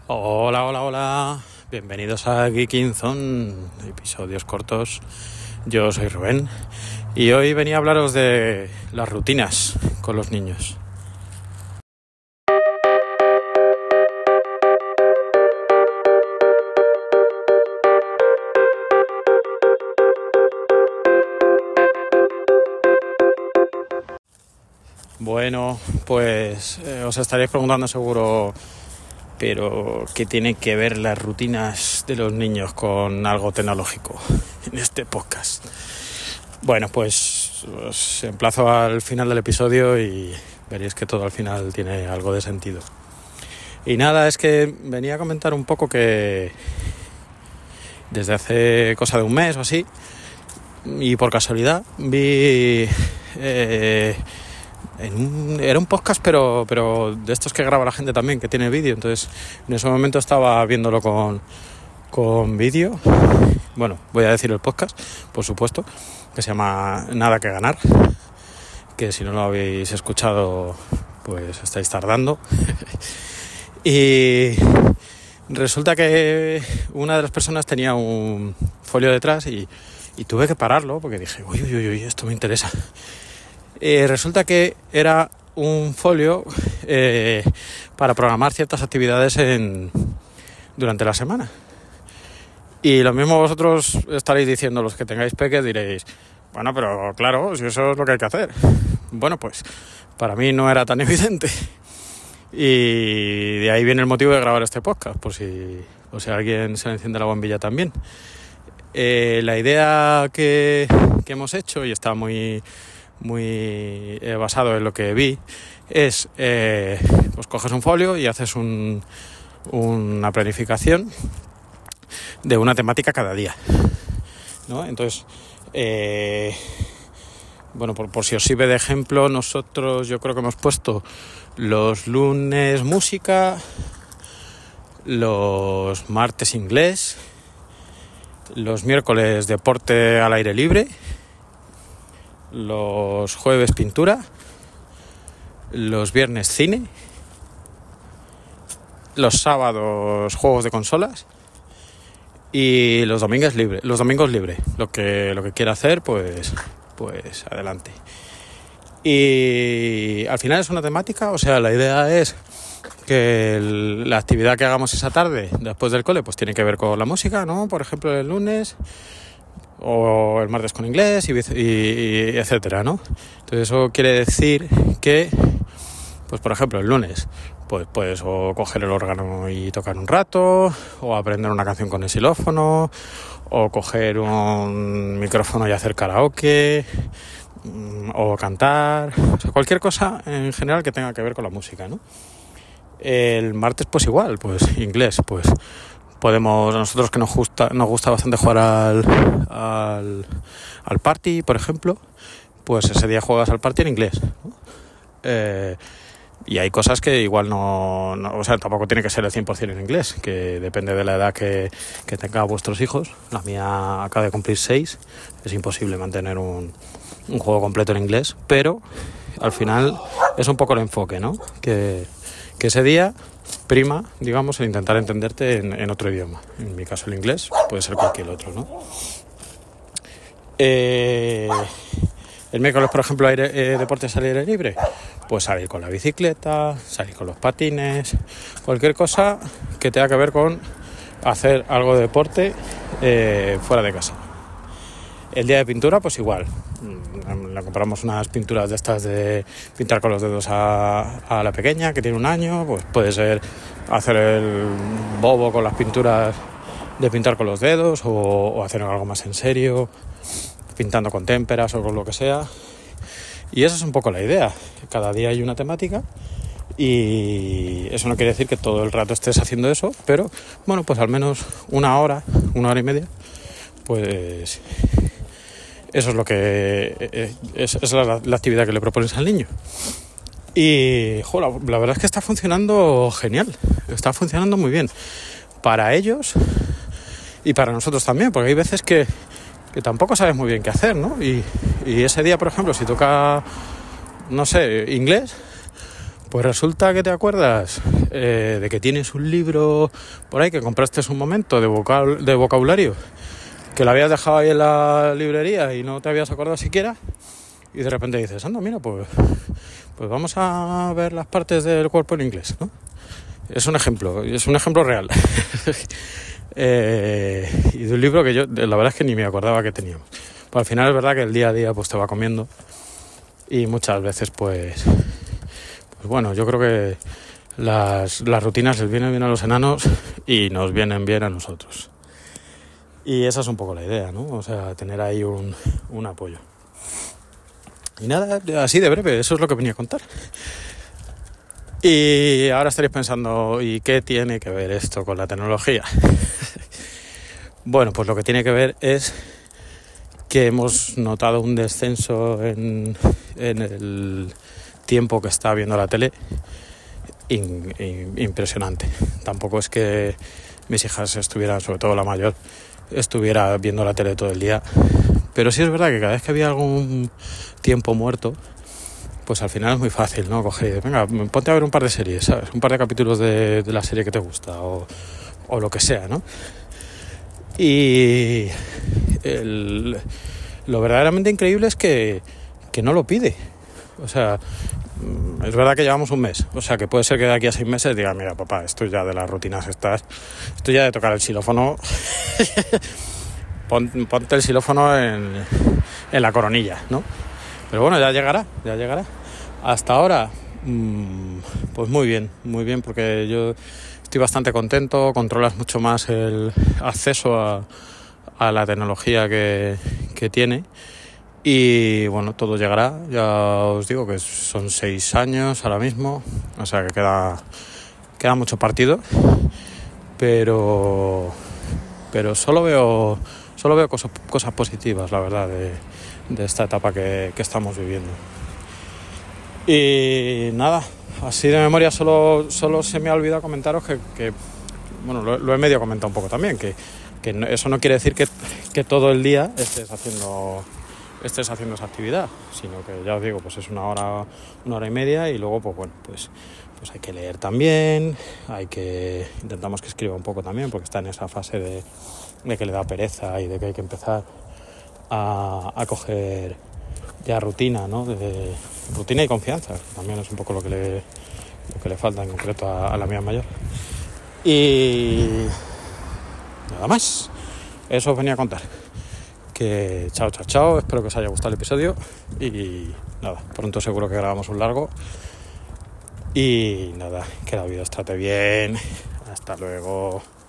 Hola, hola, hola. Bienvenidos a Geeking Zone, episodios cortos. Yo soy Rubén y hoy venía a hablaros de las rutinas con los niños. Bueno, pues os estaréis preguntando seguro, pero ¿qué tiene que ver las rutinas de los niños con algo tecnológico en este podcast? Bueno, pues os emplazo al final del episodio y veréis que todo al final tiene algo de sentido. Y nada, es que venía a comentar un poco que desde hace cosa de un mes o así, y por casualidad vi... era un podcast pero de estos que graba la gente también, que tiene vídeo. Entonces en ese momento estaba viéndolo con vídeo. Bueno, voy a decir el podcast, por supuesto, que se llama Nada que Ganar, que si no lo habéis escuchado pues estáis tardando. Y resulta que una de las personas tenía un folio detrás y tuve que pararlo porque dije, uy, esto me interesa. Resulta que era un folio para programar ciertas actividades durante la semana. Y lo mismo vosotros estaréis diciendo, los que tengáis peques, diréis, bueno, pero claro, si eso es lo que hay que hacer. Bueno, pues para mí no era tan evidente. Y de ahí viene el motivo de grabar este podcast, por si a alguien se le enciende la bombilla también. La idea que hemos hecho, y está muy basado en lo que vi, es pues coges un folio y haces una planificación de una temática cada día, ¿no? Entonces, bueno, por si os sirve de ejemplo, nosotros yo creo que hemos puesto los lunes música, los martes inglés, los miércoles deporte al aire libre, los jueves pintura, los viernes cine, los sábados juegos de consolas y los domingos libre. Lo que quiera hacer, pues adelante. Y al final es una temática, o sea, la idea es que la actividad que hagamos esa tarde después del cole pues tiene que ver con la música, ¿no? Por ejemplo, el lunes o el martes con inglés y etcétera, ¿no? Entonces eso quiere decir que, pues por ejemplo, el lunes pues puedes o coger el órgano y tocar un rato, o aprender una canción con el xilófono, o coger un micrófono y hacer karaoke, o cantar, o sea, cualquier cosa en general que tenga que ver con la música, ¿no? El martes pues igual, pues inglés, pues podemos, a nosotros que nos gusta bastante jugar al party, por ejemplo, pues ese día juegas al party en inglés, ¿no? Y hay cosas que igual no, o sea, tampoco tiene que ser el 100% en inglés, que depende de la edad que tengan vuestros hijos. La mía acaba de cumplir 6, es imposible mantener un juego completo en inglés, pero al final es un poco el enfoque, ¿no? Que ese día prima, digamos, el intentar entenderte en otro idioma. En mi caso el inglés, puede ser cualquier otro, ¿no? El miércoles, por ejemplo, deportes al aire libre, pues salir con la bicicleta, salir con los patines, cualquier cosa que tenga que ver con hacer algo de deporte fuera de casa. El día de pintura, pues igual, le compramos unas pinturas de estas de pintar con los dedos a la pequeña, que tiene 1 año, pues puede ser hacer el bobo con las pinturas de pintar con los dedos, o hacer algo más en serio, pintando con témperas o con lo que sea. Y esa es un poco la idea, que cada día hay una temática, y eso no quiere decir que todo el rato estés haciendo eso, pero bueno, pues al menos 1 hora y media, pues eso es lo que es la actividad que le propones al niño. Y la verdad es que está funcionando genial, está funcionando muy bien para ellos y para nosotros también, porque hay veces que tampoco sabes muy bien qué hacer, ¿no? Y ese día, por ejemplo, si toca, no sé, inglés, Pues resulta que te acuerdas de que tienes un libro por ahí que compraste en un momento de vocabulario, que lo habías dejado ahí en la librería y no te habías acordado siquiera, y de repente dices, anda, mira, pues vamos a ver las partes del cuerpo en inglés, ¿no? Es un ejemplo real. Y de un libro que yo, la verdad es que ni me acordaba que teníamos. Pues al final es verdad que el día a día pues te va comiendo, y muchas veces pues bueno, yo creo que las rutinas les vienen bien a los enanos y nos vienen bien a nosotros. Y esa es un poco la idea, ¿no? O sea, tener ahí un apoyo. Y nada, así de breve, eso es lo que venía a contar. Y ahora estaréis pensando, ¿y qué tiene que ver esto con la tecnología? Bueno, pues lo que tiene que ver es que hemos notado un descenso en el tiempo que está viendo la tele impresionante. Tampoco es que mis hijas estuvieran, sobre todo la mayor, estuviera viendo la tele todo el día, pero sí es verdad que cada vez que había algún tiempo muerto, pues al final es muy fácil, ¿no? Coger, venga, ponte a ver un par de series, ¿sabes? Un par de capítulos de la serie que te gusta o lo que sea, ¿no? Y lo verdaderamente increíble es que no lo pide. O sea, es verdad que llevamos un mes. O sea, que puede ser que de aquí a 6 meses diga, mira, papá, esto ya de las rutinas estas, esto ya de tocar el xilófono, ponte el xilófono en la coronilla, ¿no? Pero bueno, ya llegará. Hasta ahora, pues muy bien, porque yo estoy bastante contento, controlas mucho más el acceso a la tecnología que tiene. Y bueno, todo llegará. Ya os digo que son 6 años ahora mismo, o sea que queda mucho partido, pero solo veo cosas positivas, la verdad, de esta etapa que estamos viviendo. Y nada, así de memoria solo se me ha olvidado comentaros que bueno, lo he medio comentado un poco también, que eso no quiere decir que todo el día estés haciendo esa actividad, sino que ya os digo, pues es una hora y media, y luego pues bueno, pues hay que leer también, intentamos que escriba un poco también, porque está en esa fase de que le da pereza y de que hay que empezar a coger ya rutina, ¿no? De rutina y confianza, que también es un poco lo que le falta en concreto a la mía mayor. Y nada más, eso os venía a contar. Que chao, espero que os haya gustado el episodio y nada, pronto seguro que grabamos un largo. Y nada, que la vida os trate bien. Hasta luego.